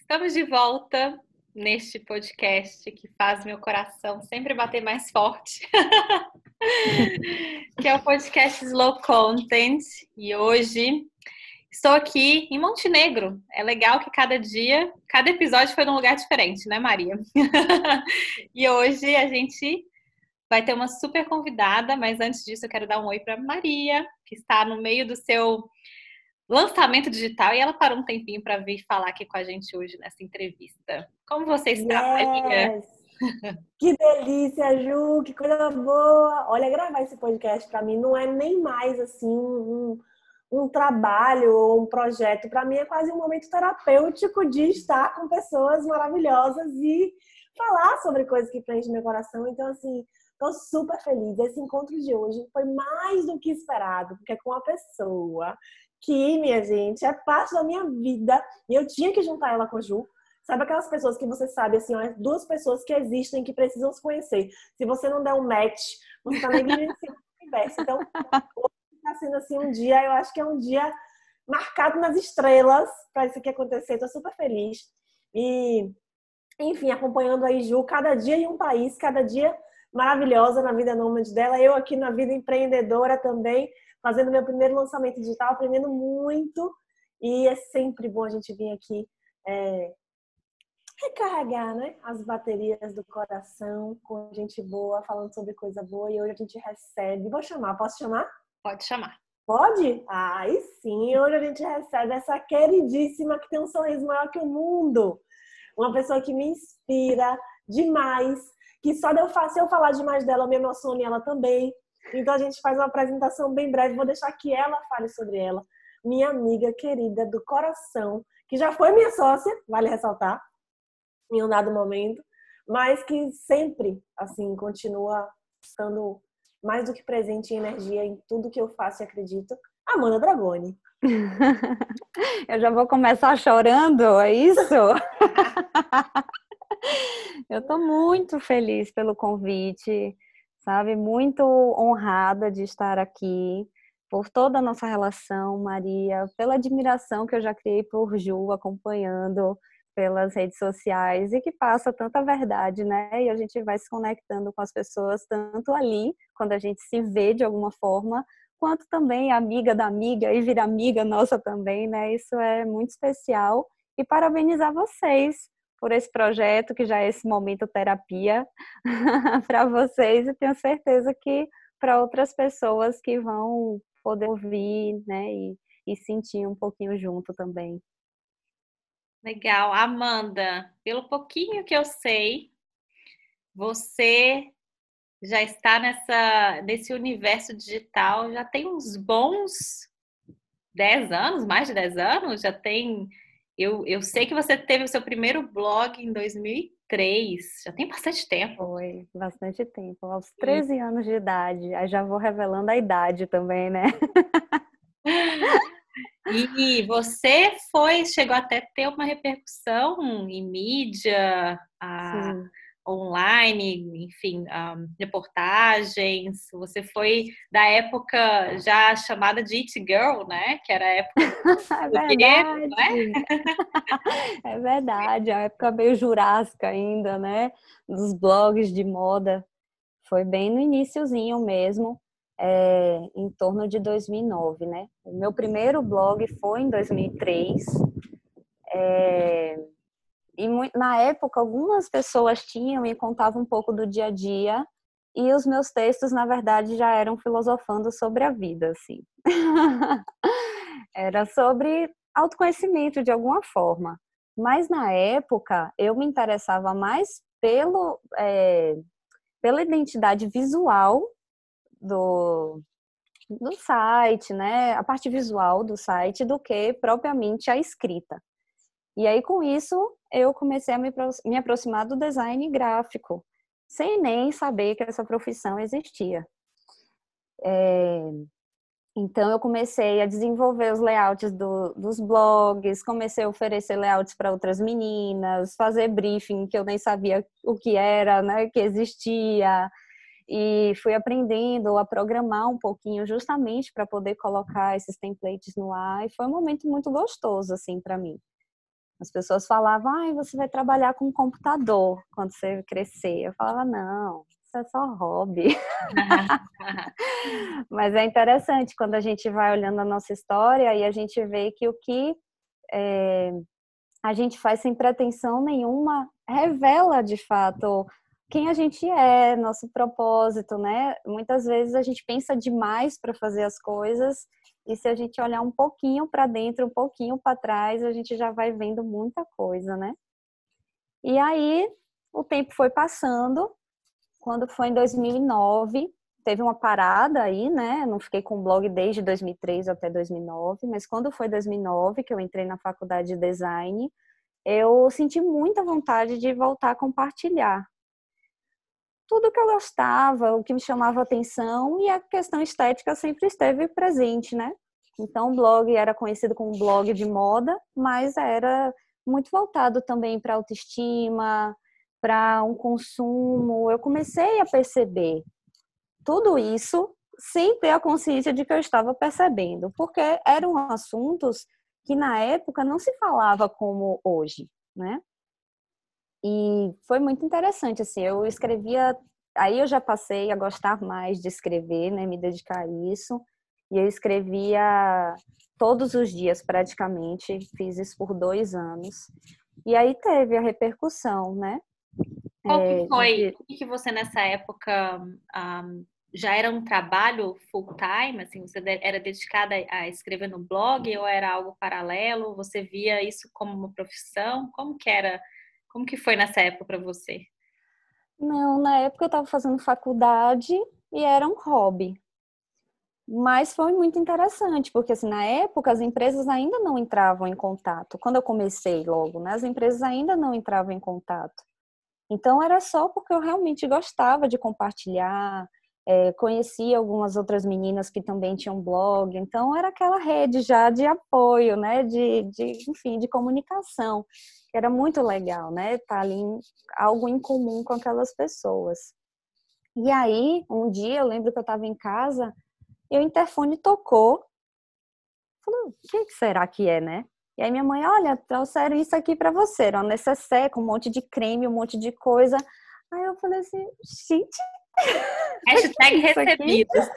Estamos de volta neste podcast que faz meu coração sempre bater mais forte, que é o podcast Slow Content. E hoje estou aqui em Montenegro. É legal que cada episódio foi num lugar diferente, né, Maria? E hoje a gente vai ter uma super convidada, mas antes disso eu quero dar um oi para Maria, que está no meio do seu lançamento digital e ela parou um tempinho para vir falar aqui com a gente hoje nessa entrevista. Como você está, Maria? Yes! Que delícia, Ju! Que coisa boa! Olha, gravar esse podcast para mim não é nem mais assim um trabalho ou um projeto. Para mim é quase um momento terapêutico de estar com pessoas maravilhosas e falar sobre coisas que preenchem meu coração. Então, assim, estou super feliz. Esse encontro de hoje foi mais do que esperado, porque é com uma pessoa que, minha gente, é parte da minha vida e eu tinha que juntar ela com a Ju. Sabe aquelas pessoas que você sabe, assim, ó, duas pessoas que existem, que precisam se conhecer. Se você não der um match, você tá negligenciando o universo. Então, hoje tá sendo assim um dia, eu acho que é um dia marcado nas estrelas para isso aqui acontecer. Tô super feliz. E, enfim, acompanhando aí Ju, cada dia em um país, cada dia maravilhosa na vida nômade dela. Eu aqui na vida empreendedora também, fazendo meu primeiro lançamento digital, aprendendo muito. E é sempre bom a gente vir aqui recarregar, né, as baterias do coração com gente boa, falando sobre coisa boa. E hoje a gente recebe. Vou chamar, posso chamar? Pode chamar. Pode? Aí sim, hoje a gente recebe essa queridíssima que tem um sorriso maior que o mundo. Uma pessoa que me inspira demais, que só se eu falar demais dela, eu me emociono e ela também. Então a gente faz uma apresentação bem breve, vou deixar que ela fale sobre ela. Minha amiga querida do coração, que já foi minha sócia, vale ressaltar, em um dado momento, mas que sempre, assim, continua estando mais do que presente em energia em tudo que eu faço e acredito. Amanda Dragoni. Eu já vou começar chorando, é isso? Eu estou muito feliz pelo convite, sabe? Muito honrada de estar aqui, por toda a nossa relação, Maria, pela admiração que eu já criei por Ju, acompanhando pelas redes sociais e que passa tanta verdade, né? E a gente vai se conectando com as pessoas, tanto ali, quando a gente se vê de alguma forma, quanto também amiga da amiga e vira amiga nossa também, né? Isso é muito especial. E parabenizar vocês por esse projeto, que já é esse momento terapia para vocês, e tenho certeza que para outras pessoas que vão poder ouvir, né? E sentir um pouquinho junto também. Legal. Amanda, pelo pouquinho que eu sei, você já está nesse universo digital, já tem uns bons 10 anos, mais de 10 anos, já tem. Eu sei que você teve o seu primeiro blog em 2003, já tem bastante tempo. Foi bastante tempo, aos 13 anos de idade, aí já vou revelando a idade também, né? E você chegou até a ter uma repercussão em mídia, Sim. online, enfim, reportagens. Você foi da época já chamada de It Girl, né? Que era a época É do dinheiro, né? verdade, é verdade, a época meio jurássica ainda, né? Dos blogs de moda, foi bem no iniciozinho mesmo, em torno de 2009, né? O meu primeiro blog foi em 2003, e na época algumas pessoas tinham e contavam um pouco do dia a dia, e os meus textos, na verdade, já eram filosofando sobre a vida, assim. Era sobre autoconhecimento de alguma forma. Mas na época eu me interessava mais pela identidade visual do, do site, né? A parte visual do site, do que propriamente a escrita. E aí, com isso, eu comecei a me aproximar do design gráfico, sem nem saber que essa profissão existia. Então, eu comecei a desenvolver os layouts dos blogs, comecei a oferecer layouts para outras meninas, fazer briefing que eu nem sabia o que era, né, que existia, e fui aprendendo a programar um pouquinho justamente para poder colocar esses templates no ar, e foi um momento muito gostoso, assim, para mim. As pessoas falavam, você vai trabalhar com computador quando você crescer. Eu falava, não, isso é só hobby. Mas é interessante quando a gente vai olhando a nossa história e a gente vê que o que a gente faz sem pretensão nenhuma revela, de fato, quem a gente é, nosso propósito, né? Muitas vezes a gente pensa demais para fazer as coisas e se a gente olhar um pouquinho para dentro, um pouquinho para trás, a gente já vai vendo muita coisa, né? E aí o tempo foi passando. Quando foi em 2009, teve uma parada aí, né? Não fiquei com o blog desde 2003 até 2009, mas quando foi 2009 que eu entrei na faculdade de design, eu senti muita vontade de voltar a compartilhar tudo que eu gostava, o que me chamava atenção, e a questão estética sempre esteve presente, né? Então, o blog era conhecido como blog de moda, mas era muito voltado também para autoestima, para um consumo. Eu comecei a perceber tudo isso sem ter a consciência de que eu estava percebendo, porque eram assuntos que na época não se falava como hoje, né? E foi muito interessante, assim, eu escrevia, aí eu já passei a gostar mais de escrever, né, me dedicar a isso, e eu escrevia todos os dias praticamente, fiz isso por 2 anos, e aí teve a repercussão, né? Qual que foi? O que você nessa época já era um trabalho full time? Assim, você era dedicada a escrever no blog ou era algo paralelo? Você via isso como uma profissão? Como que era? Como que foi nessa época para você? Não, na época eu estava fazendo faculdade e era um hobby. Mas foi muito interessante, porque assim, na época as empresas ainda não entravam em contato. Quando eu comecei logo, né, as empresas ainda não entravam em contato. Então era só porque eu realmente gostava de compartilhar, conhecia algumas outras meninas que também tinham blog, então era aquela rede já de apoio, né, enfim, de comunicação, que era muito legal, né, estar ali algo em comum com aquelas pessoas. E aí, um dia eu lembro que eu estava em casa e o interfone tocou. Falei, o que será que é, né? E aí minha mãe, olha, trouxeram isso aqui para você. Era uma necessaire com um monte de creme, um monte de coisa. Aí eu falei assim, gente, Hashtag isso aqui recebidos.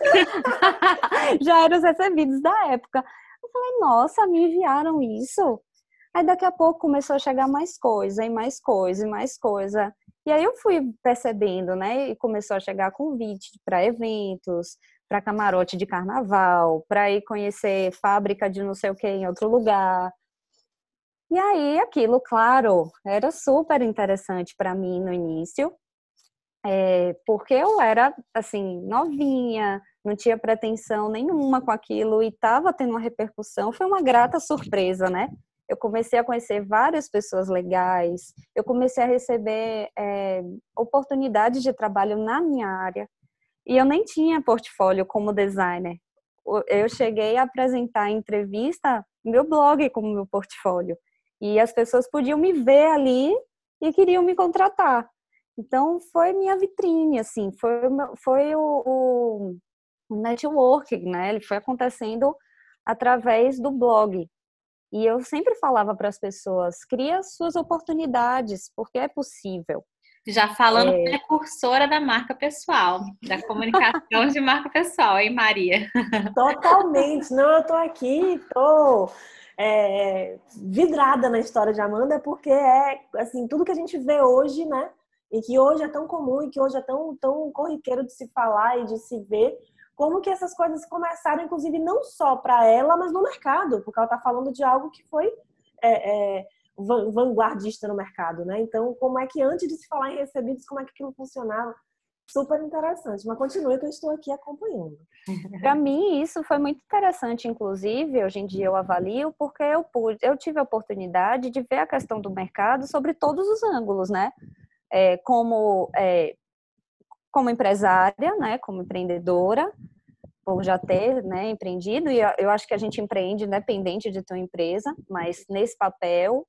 já eram os recebidos da época. Eu falei, nossa, me enviaram isso. Aí daqui a pouco começou a chegar mais coisa, e mais coisa, e mais coisa. E aí eu fui percebendo, né? E começou a chegar convite para eventos, para camarote de carnaval, para ir conhecer fábrica de não sei o que em outro lugar. E aí aquilo, claro, era super interessante para mim no início, porque eu era, assim, novinha, não tinha pretensão nenhuma com aquilo e estava tendo uma repercussão. Foi uma grata surpresa, né? Eu comecei a conhecer várias pessoas legais, eu comecei a receber oportunidades de trabalho na minha área. E eu nem tinha portfólio como designer. Eu cheguei a apresentar em entrevista meu blog como meu portfólio. E as pessoas podiam me ver ali e queriam me contratar. Então, foi minha vitrine, assim, foi o networking, né? Ele foi acontecendo através do blog. E eu sempre falava para as pessoas, cria suas oportunidades, porque é possível. Já falando precursora da marca pessoal, da comunicação de marca pessoal, hein, Maria? Totalmente. Não, eu tô aqui, vidrada na história de Amanda, porque é assim, tudo que a gente vê hoje, né? E que hoje é tão comum e que hoje é tão corriqueiro de se falar e de se ver, como que essas coisas começaram, inclusive, não só para ela, mas no mercado, porque ela está falando de algo que foi vanguardista no mercado, né? Então, como é que antes de se falar em recebidos, como é que aquilo funcionava? Super interessante. Mas continue que eu estou aqui acompanhando. Para mim, isso foi muito interessante, inclusive, hoje em dia eu avalio, porque eu tive a oportunidade de ver a questão do mercado sobre todos os ângulos, né? Como empresária, né? Como empreendedora, por já ter, né, empreendido, e eu acho que a gente empreende independente de tua empresa, mas nesse papel,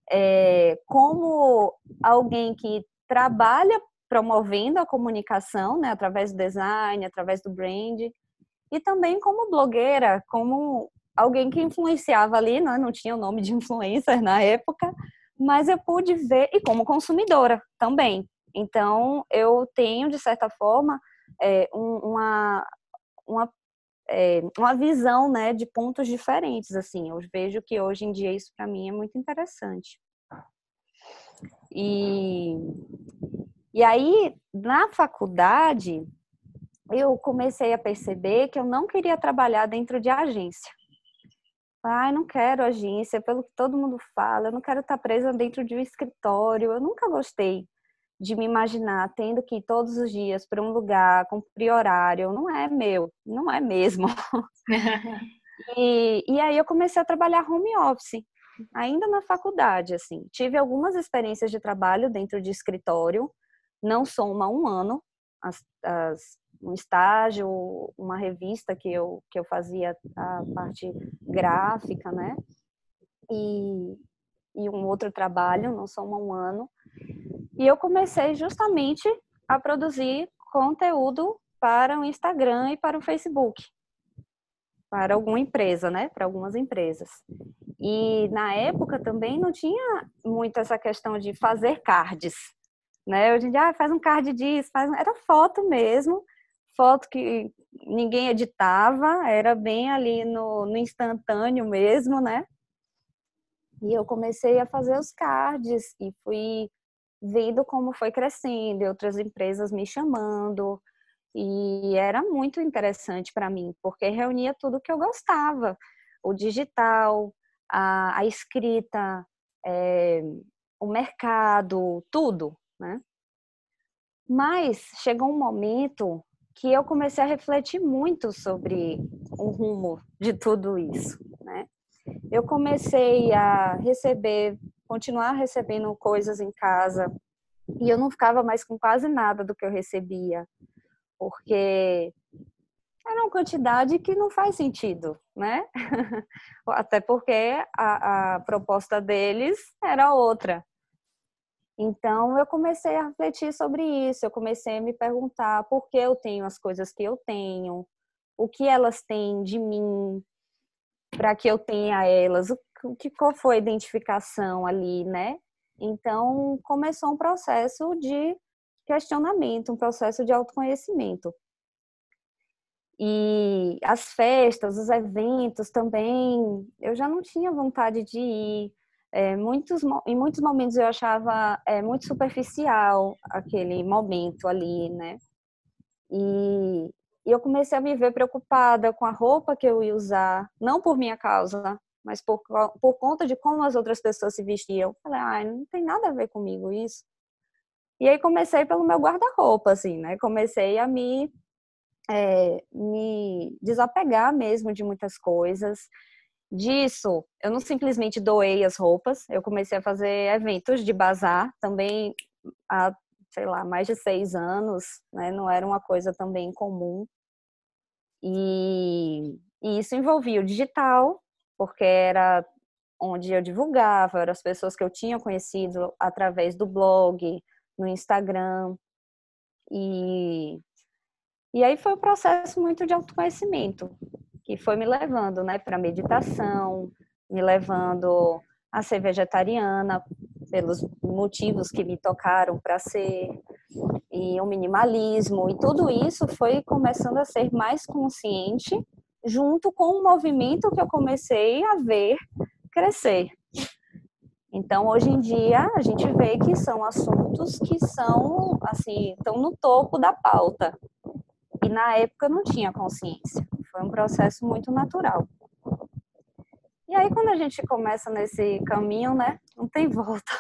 como alguém que trabalha promovendo a comunicação, né, através do design, através do brand, e também como blogueira, como alguém que influenciava ali, né, não tinha o nome de influencer na época, mas eu pude ver, e como consumidora também. Então, eu tenho, de certa forma, uma visão, né, de pontos diferentes, assim. Eu vejo que hoje em dia isso para mim é muito interessante. E aí, na faculdade, eu comecei a perceber que eu não queria trabalhar dentro de agência. Ai, não quero agência, pelo que todo mundo fala, eu não quero estar presa dentro de um escritório. Eu nunca gostei de me imaginar tendo que ir todos os dias para um lugar, cumprir horário. Não é meu, não é mesmo. E aí eu comecei a trabalhar home office, ainda na faculdade, assim. Tive algumas experiências de trabalho dentro de escritório, não soma um ano, um estágio, uma revista que eu fazia a parte gráfica, né? E um outro trabalho, não soma um ano. E eu comecei justamente a produzir conteúdo para o Instagram e para o Facebook, para alguma empresa, né? Para algumas empresas. E na época também não tinha muito essa questão de fazer cards, né? Hoje em dia, faz um card disso, era foto mesmo, foto que ninguém editava, era bem ali no instantâneo mesmo, né? E eu comecei a fazer os cards e fui vendo como foi crescendo, e outras empresas me chamando, e era muito interessante para mim, porque reunia tudo que eu gostava, o digital, a escrita, o mercado, tudo, né? Mas chegou um momento que eu comecei a refletir muito sobre o rumo de tudo isso, né? Eu comecei a continuar recebendo coisas em casa, e eu não ficava mais com quase nada do que eu recebia, porque era uma quantidade que não faz sentido, né? Até porque a proposta deles era outra. Então, eu comecei a refletir sobre isso, eu comecei a me perguntar por que eu tenho as coisas que eu tenho, o que elas têm de mim, para que eu tenha elas, qual foi a identificação ali, né? Então, começou um processo de questionamento, um processo de autoconhecimento. E as festas, os eventos também, eu já não tinha vontade de ir. Em muitos momentos eu achava muito superficial aquele momento ali, né? E eu comecei a me ver preocupada com a roupa que eu ia usar, não por minha causa, mas por conta de como as outras pessoas se vestiam. Eu falei, ai, não tem nada a ver comigo isso. E aí comecei pelo meu guarda-roupa, assim, né? Comecei a me desapegar mesmo de muitas coisas. Disso, eu não simplesmente doei as roupas, eu comecei a fazer eventos de bazar também há, sei lá, mais de 6 anos, né? Não era uma coisa também comum. E isso envolvia o digital, porque era onde eu divulgava, eram as pessoas que eu tinha conhecido através do blog, no Instagram. E aí foi um processo muito de autoconhecimento, que foi me levando, né, para meditação, me levando a ser vegetariana, pelos motivos que me tocaram para ser, e o minimalismo, e tudo isso foi começando a ser mais consciente, junto com o movimento que eu comecei a ver crescer. Então, hoje em dia, a gente vê que são assuntos que são, assim, estão no topo da pauta. E na época eu não tinha consciência. Foi um processo muito natural. E aí, quando a gente começa nesse caminho, né, não tem volta.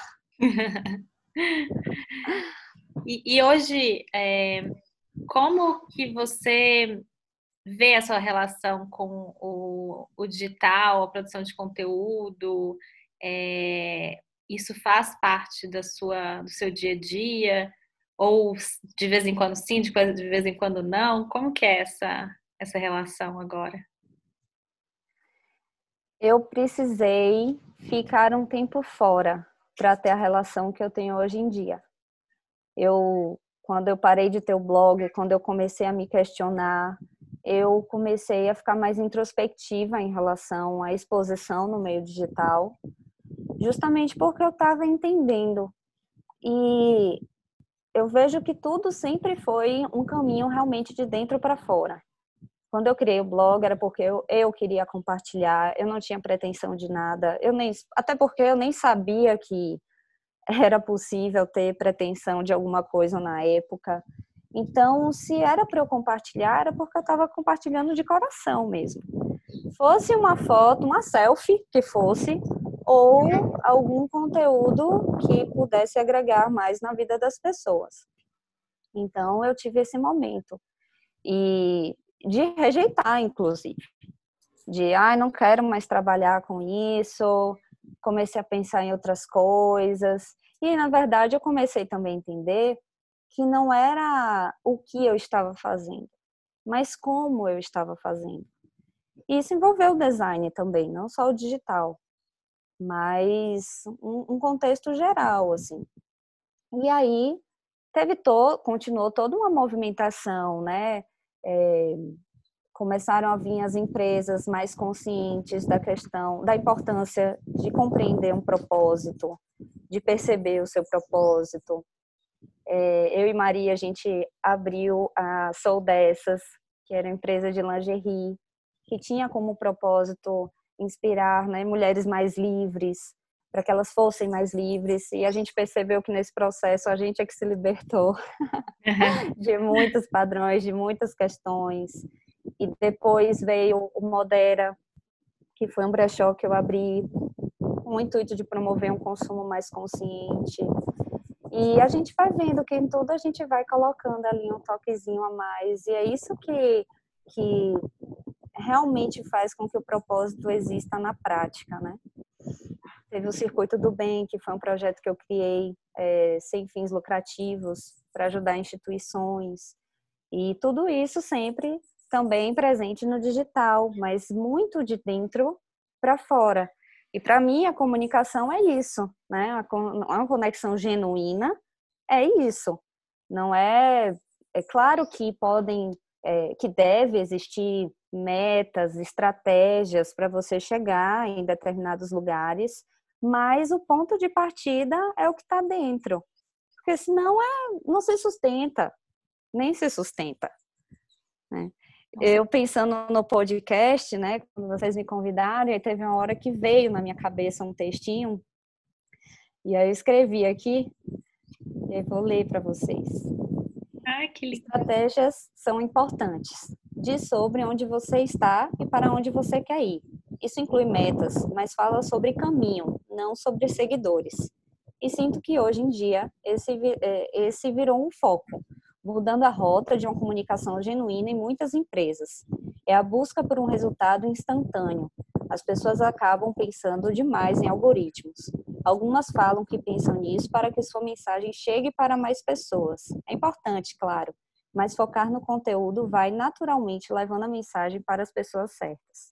E hoje, como que você vê a sua relação com o digital, a produção de conteúdo? Isso faz parte do seu dia a dia? Ou de vez em quando sim, de vez em quando não? Como que é essa relação agora? Eu precisei ficar um tempo fora para ter a relação que eu tenho hoje em dia. Quando eu parei de ter o blog, quando eu comecei a me questionar, eu comecei a ficar mais introspectiva em relação à exposição no meio digital. justamente porque eu estava entendendo. E eu vejo que tudo sempre foi um caminho realmente de dentro para fora. Quando eu criei o blog era porque eu queria compartilhar, eu não tinha pretensão de nada, até porque eu nem sabia que era possível ter pretensão de alguma coisa na época. Então, se era para eu compartilhar, era porque eu estava compartilhando de coração mesmo. Fosse uma foto, uma selfie que fosse, ou algum conteúdo que pudesse agregar mais na vida das pessoas. Então, eu tive esse momento. E de rejeitar, inclusive. Não quero mais trabalhar com isso, comecei a pensar em outras coisas. E, na verdade, eu comecei também a entender que não era o que eu estava fazendo, mas como eu estava fazendo. E isso envolveu o design também, não só o digital, mas um contexto geral, assim. E aí, continuou toda uma movimentação, né? Começaram a vir as empresas mais conscientes da importância de compreender um propósito, de perceber o seu propósito. Eu e Maria, a gente abriu a Sou Dessas, que era uma empresa de lingerie, que tinha como propósito inspirar, né, mulheres mais livres, para que elas fossem mais livres. E a gente percebeu que nesse processo a gente é que se libertou de muitos padrões, de muitas questões. E depois veio o Modera, que foi um brechó que eu abri com o intuito de promover um consumo mais consciente. E a gente vai vendo que em tudo a gente vai colocando ali um toquezinho a mais. E é isso que realmente faz com que o propósito exista na prática, né? Teve o Circuito do Bem, que foi um projeto que eu criei sem fins lucrativos para ajudar instituições. E tudo isso sempre também presente no digital, mas muito de dentro para fora. E para mim a comunicação é isso, né? Uma conexão genuína é isso. Não é claro que que deve existir metas, estratégias para você chegar em determinados lugares, mas o ponto de partida é o que está dentro, porque senão não se sustenta, nem se sustenta, né? Eu pensando no podcast, né, quando vocês me convidaram, e teve uma hora que veio na minha cabeça um textinho, e aí eu escrevi aqui, e aí vou ler para vocês. Que lindo. Estratégias são importantes. Diz sobre onde você está e para onde você quer ir. Isso inclui metas, mas fala sobre caminho, não sobre seguidores. E sinto que hoje em dia esse virou um foco, mudando a rota de uma comunicação genuína em muitas empresas. É a busca por um resultado instantâneo. As pessoas acabam pensando demais em algoritmos. Algumas falam que pensam nisso para que sua mensagem chegue para mais pessoas. É importante, claro, mas focar no conteúdo vai naturalmente levando a mensagem para as pessoas certas.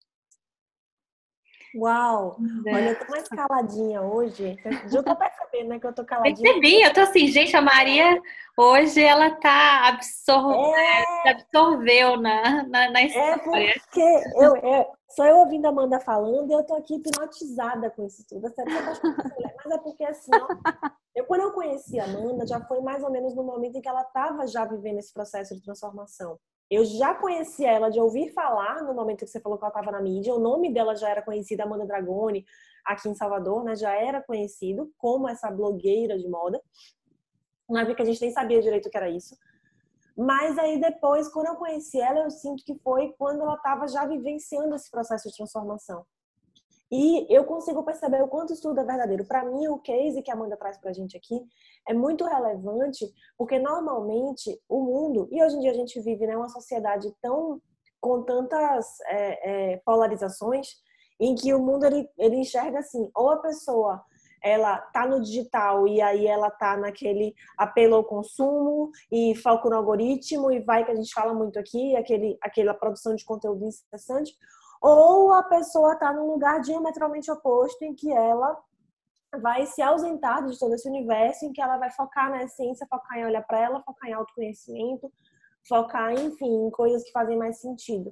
Uau! Olha, eu tô mais caladinha hoje. Já tô percebendo, né, que eu tô caladinha. Percebi, eu tô assim, gente, a Maria hoje ela tá absorveu na É história. porque só eu ouvindo a Amanda falando e eu tô aqui hipnotizada com isso tudo. Você tá apaixonada por essa mulher. Mas é porque assim, ó, quando eu conheci a Amanda, já foi mais ou menos no momento em que ela estava já vivendo esse processo de transformação. Eu já conhecia ela de ouvir falar no momento que você falou que ela estava na mídia. O nome dela já era conhecido, Amanda Dragoni, aqui em Salvador, né? Já era conhecido como essa blogueira de moda. Na época a gente nem sabia direito o que era isso. Mas aí depois, quando eu conheci ela, eu sinto que foi quando ela estava já vivenciando esse processo de transformação. E eu consigo perceber o quanto isso tudo é verdadeiro. Para mim, o case que a Amanda traz para a gente aqui é muito relevante, porque normalmente o mundo, e hoje em dia a gente vive, né, uma sociedade com tantas polarizações, em que o mundo ele enxerga assim, ou a pessoa ela tá no digital e aí ela tá naquele apelo ao consumo e foco no algoritmo e vai, que a gente fala muito aqui, aquela produção de conteúdo incessante, ou a pessoa está num lugar diametralmente oposto em que ela vai se ausentar de todo esse universo, em que ela vai focar na essência, focar em olhar para ela, focar em autoconhecimento, focar, enfim, em coisas que fazem mais sentido.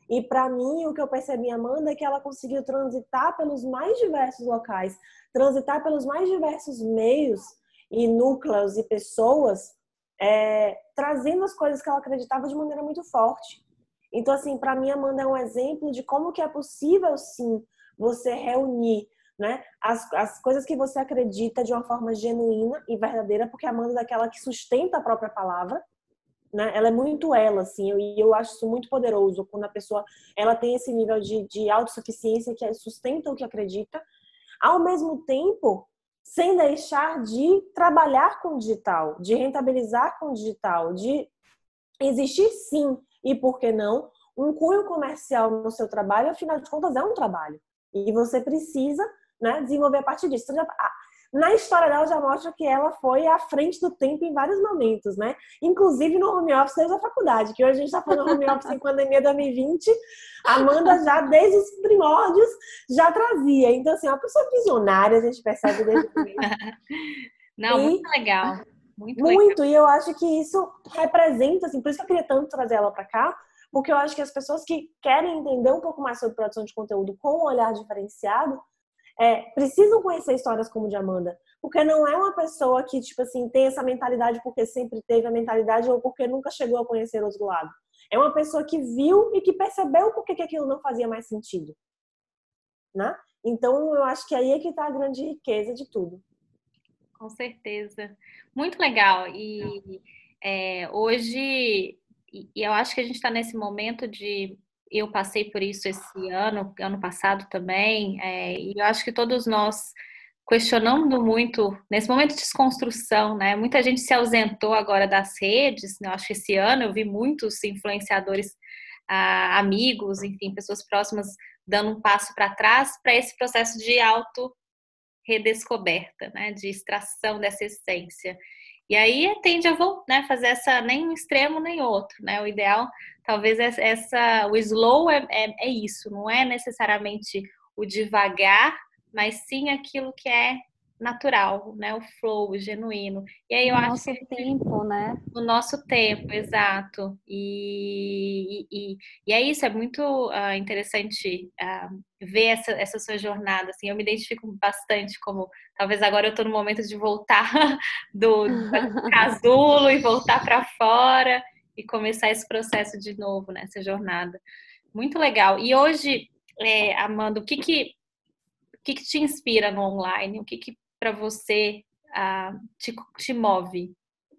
E para mim, o que eu percebi, Amanda, é que ela conseguiu transitar pelos mais diversos locais, transitar pelos mais diversos meios e núcleos e pessoas, trazendo as coisas que ela acreditava de maneira muito forte. Então, assim, para mim, Amanda é um exemplo de como que é possível, sim, você reunir, né, as coisas que você acredita de uma forma genuína e verdadeira, porque a Amanda é daquela que sustenta a própria palavra, né? Ela é muito ela, assim, e eu acho isso muito poderoso quando a pessoa ela tem esse nível de autossuficiência que sustenta o que acredita, ao mesmo tempo sem deixar de trabalhar com o digital, de rentabilizar com o digital, de existir sim, e por que não, um cunho comercial no seu trabalho, afinal de contas é um trabalho. E você precisa, né, desenvolver a partir disso. Então, na história dela já mostra que ela foi à frente do tempo em vários momentos, né? Inclusive no home office desde a faculdade, que hoje a gente está falando home office em pandemia 2020, a Amanda já desde os primórdios já trazia. Então, assim, é uma pessoa visionária, a gente percebe desde o começo. Não, muito legal. Muito legal. Muito, e eu acho que isso representa, assim, por isso que eu queria tanto trazer ela para cá, porque eu acho que as pessoas que querem entender um pouco mais sobre produção de conteúdo com um olhar diferenciado, precisam conhecer histórias como de Amanda, porque não é uma pessoa que, tipo assim, tem essa mentalidade porque sempre teve a mentalidade ou porque nunca chegou a conhecer outro lado. É uma pessoa que viu e que percebeu porque que aquilo não fazia mais sentido, né? Então, eu acho que aí é que está a grande riqueza de tudo. Com certeza. Muito legal. E hoje, eu acho que a gente está nesse momento de. Eu passei por isso esse ano passado também, e eu acho que todos nós questionando muito, nesse momento de desconstrução, né? Muita gente se ausentou agora das redes, né? Eu acho que esse ano eu vi muitos influenciadores, amigos, enfim, pessoas próximas dando um passo para trás para esse processo de redescoberta, né, de extração dessa essência. E aí tende a né, fazer essa nem um extremo nem outro, né? O ideal, talvez o slow é isso, não é necessariamente o devagar, mas sim aquilo que é natural, né? O flow, o genuíno. E aí eu acho nosso tempo, né? No nosso tempo, exato. E é isso, é muito interessante ver essa sua jornada. Assim, eu me identifico bastante como, talvez agora eu estou no momento de voltar do casulo e voltar para fora e começar esse processo de novo, né? Essa jornada. Muito legal. E hoje, Amanda, o que te inspira no online? O que para você te move?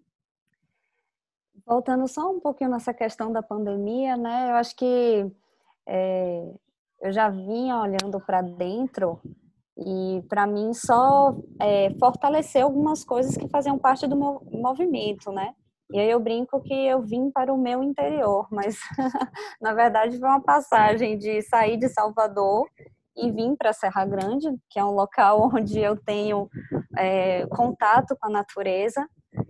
Voltando só um pouquinho nessa questão da pandemia, né? Eu acho que eu já vinha olhando para dentro e para mim só fortaleceu algumas coisas que faziam parte do meu movimento, né? E aí eu brinco que eu vim para o meu interior, mas na verdade foi uma passagem de sair de Salvador e vim para Serra Grande, que é um local onde eu tenho contato com a natureza.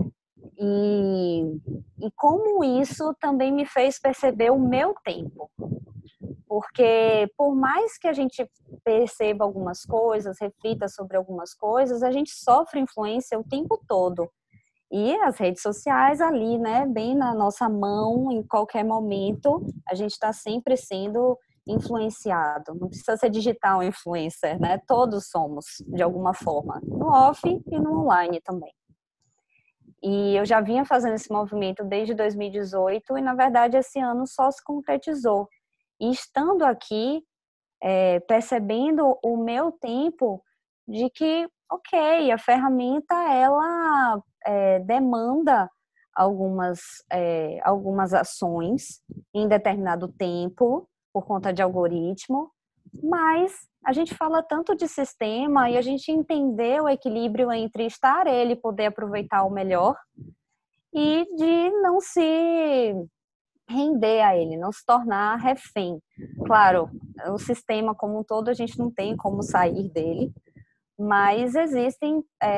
E como isso também me fez perceber o meu tempo. Porque por mais que a gente perceba algumas coisas, reflita sobre algumas coisas, a gente sofre influência o tempo todo. E as redes sociais ali, né, bem na nossa mão, em qualquer momento, a gente está sempre sendo influenciado. Não precisa ser digital influencer, né? Todos somos, de alguma forma, no off e no online também. E eu já vinha fazendo esse movimento desde 2018 e, na verdade, esse ano só se concretizou. E estando aqui, percebendo o meu tempo de que, ok, a ferramenta, ela demanda algumas ações em determinado tempo, por conta de algoritmo, mas a gente fala tanto de sistema e a gente entender o equilíbrio entre estar ele e poder aproveitar o melhor e de não se render a ele, não se tornar refém. Claro, o sistema como um todo a gente não tem como sair dele, mas existem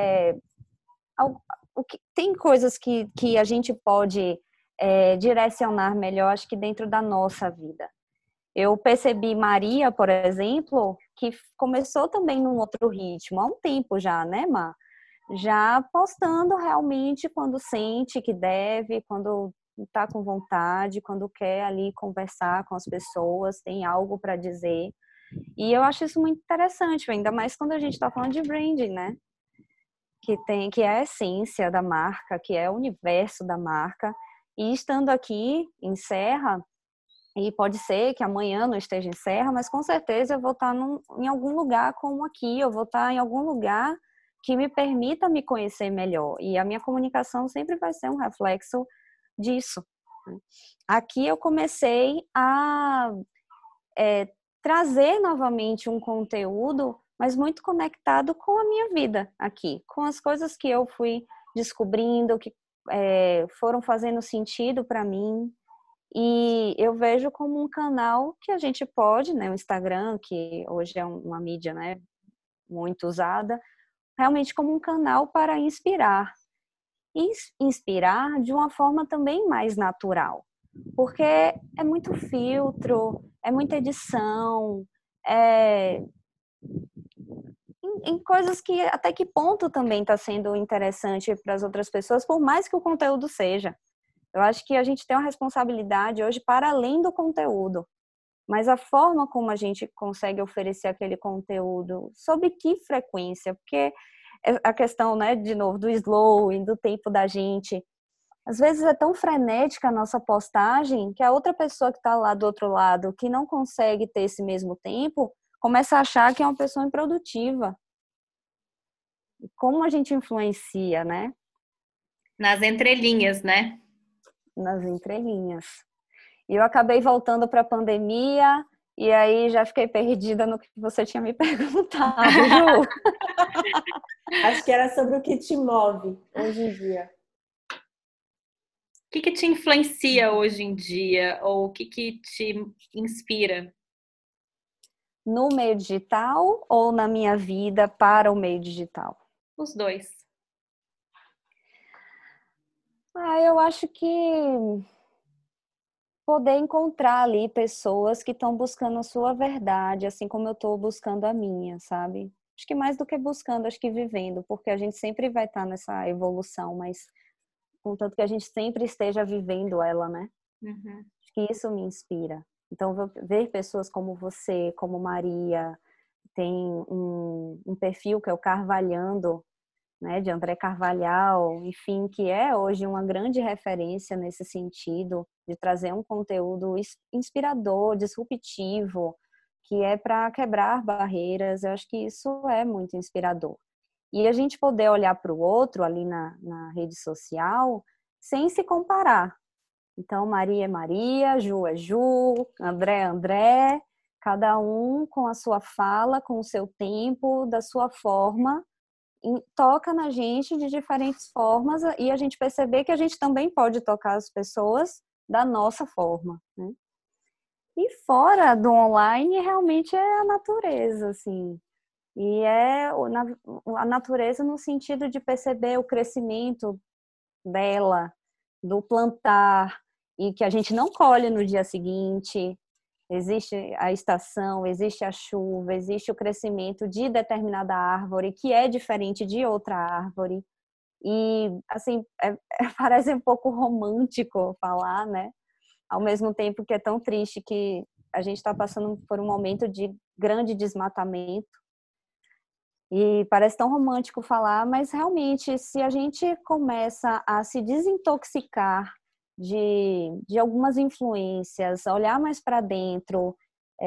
tem coisas que a gente pode direcionar melhor, acho que dentro da nossa vida. Eu percebi Maria, por exemplo, que começou também num outro ritmo, há um tempo já, né, Má? Já postando realmente quando sente que deve, quando está com vontade, quando quer ali conversar com as pessoas, tem algo para dizer. E eu acho isso muito interessante, ainda mais quando a gente está falando de branding, né? Que é a essência da marca, que é o universo da marca. E estando aqui em Serra, e pode ser que amanhã não esteja em Serra, mas com certeza eu vou estar em algum lugar como aqui, eu vou estar em algum lugar que me permita me conhecer melhor. E a minha comunicação sempre vai ser um reflexo disso. Aqui eu comecei a trazer novamente um conteúdo, mas muito conectado com a minha vida aqui, com as coisas que eu fui descobrindo, que foram fazendo sentido para mim. E eu vejo como um canal que a gente pode, né, o Instagram, que hoje é uma mídia, né, muito usada, realmente como um canal para inspirar. E inspirar de uma forma também mais natural. Porque é muito filtro, é muita edição, em coisas que até que ponto também está sendo interessante para as outras pessoas, por mais que o conteúdo seja. Eu acho que a gente tem uma responsabilidade hoje para além do conteúdo, mas a forma como a gente consegue oferecer aquele conteúdo, sob que frequência, porque a questão, né, de novo, do slow e do tempo da gente, às vezes é tão frenética a nossa postagem que a outra pessoa que está lá do outro lado, que não consegue ter esse mesmo tempo, começa a achar que é uma pessoa improdutiva. E como a gente influencia, né? Nas entrelinhas, né? Nas entrelinhas. E eu acabei voltando para a pandemia e aí já fiquei perdida no que você tinha me perguntado, Ju. Acho que era sobre o que te move hoje em dia. O que te influencia hoje em dia? Ou o que te inspira? No meio digital ou na minha vida para o meio digital? Os dois. Eu acho que poder encontrar ali pessoas que estão buscando a sua verdade, assim como eu estou buscando a minha, sabe? Acho que mais do que buscando, acho que vivendo, porque a gente sempre vai estar nessa evolução, mas contanto que a gente sempre esteja vivendo ela, né? Uhum. Acho que isso me inspira. Então, ver pessoas como você, como Maria, tem um perfil que é o Carvalhando, né, de André Carvalhal, enfim, que é hoje uma grande referência nesse sentido, de trazer um conteúdo inspirador, disruptivo, que é para quebrar barreiras. Eu acho que isso é muito inspirador. E a gente poder olhar para o outro ali na rede social sem se comparar. Então, Maria é Maria, Ju é Ju, André é André, cada um com a sua fala, com o seu tempo, da sua forma, toca na gente de diferentes formas e a gente perceber que a gente também pode tocar as pessoas da nossa forma, né? E fora do online, realmente é a natureza, assim. E é a natureza no sentido de perceber o crescimento dela, do plantar, e que a gente não colhe no dia seguinte. Existe a estação, existe a chuva, existe o crescimento de determinada árvore que é diferente de outra árvore. E, assim, parece um pouco romântico falar, né? Ao mesmo tempo que é tão triste que a gente está passando por um momento de grande desmatamento. E parece tão romântico falar, mas realmente, se a gente começa a se desintoxicar de algumas influências, olhar mais para dentro,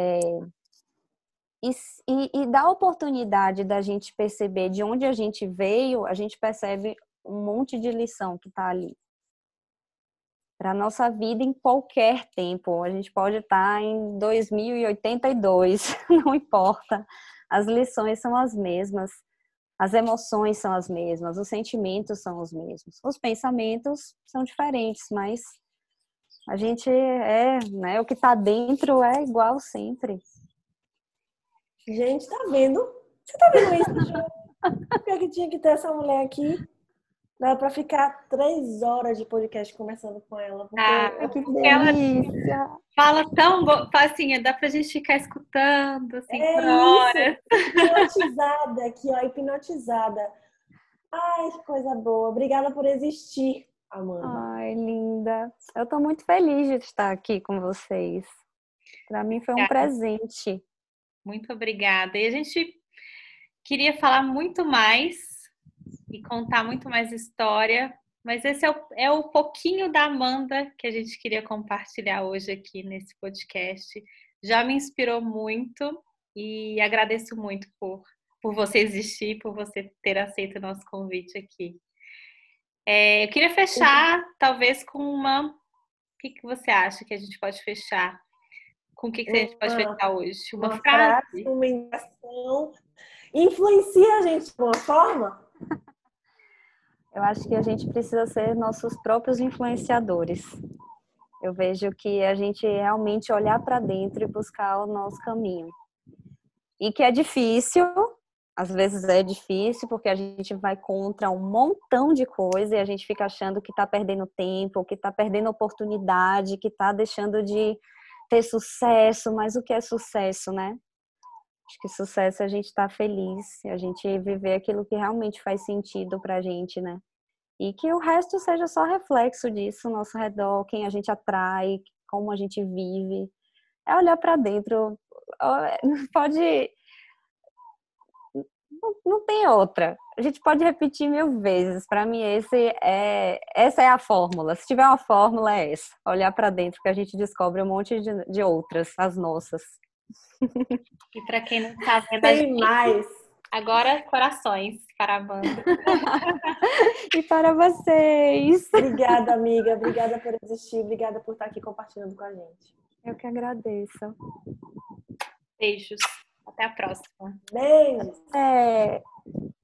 e dar a oportunidade da gente perceber de onde a gente veio, a gente percebe um monte de lição que está ali. Para a nossa vida em qualquer tempo. A gente pode estar em 2082, não importa. As lições são as mesmas. As emoções são as mesmas, os sentimentos são os mesmos. Os pensamentos são diferentes, mas a gente né, o que está dentro é igual sempre. Gente, tá vendo? Você tá vendo isso, Ju? Por que tinha que ter essa mulher aqui? Dá pra ficar 3 horas de podcast conversando com ela. Porque Que ela delícia! fala tão assim, dá pra gente ficar escutando assim é por isso! horas. Hipnotizada aqui, ó, hipnotizada. Ai, que coisa boa. Obrigada por existir. Amanda. Ai, linda. Eu tô muito feliz de estar aqui com vocês. Para mim foi um presente. Muito obrigada. E a gente queria falar muito mais e contar muito mais história, mas esse é o pouquinho da Amanda que a gente queria compartilhar hoje aqui nesse podcast. Já me inspirou muito e agradeço muito por você existir, por você ter aceito o nosso convite aqui. Eu queria fechar, talvez, com uma. O que você acha que a gente pode fechar? Com o que a gente pode fechar hoje? Uma frase? Uma indicação. Influencia a gente de uma forma? Eu acho que a gente precisa ser nossos próprios influenciadores. Eu vejo que a gente realmente olhar para dentro e buscar o nosso caminho. E que é difícil, às vezes é difícil, porque a gente vai contra um montão de coisa e a gente fica achando que está perdendo tempo, que está perdendo oportunidade, que está deixando de ter sucesso. Mas o que é sucesso, né? Acho que sucesso é a gente estar feliz, a gente viver aquilo que realmente faz sentido pra gente, né? E que o resto seja só reflexo disso, ao nosso redor, quem a gente atrai, como a gente vive. É olhar pra dentro. Pode. Não tem outra. A gente pode repetir 1000 vezes. Para mim, essa é a fórmula. Se tiver uma fórmula, é essa. Olhar pra dentro, que a gente descobre um monte de outras, as nossas. E para quem não está vendo a Tem gente, mais. agora corações para a Amanda. E para vocês. Obrigada, amiga. Obrigada por existir. Obrigada por estar aqui compartilhando com a gente. Eu que agradeço. Beijos. Até a próxima. Beijos. É.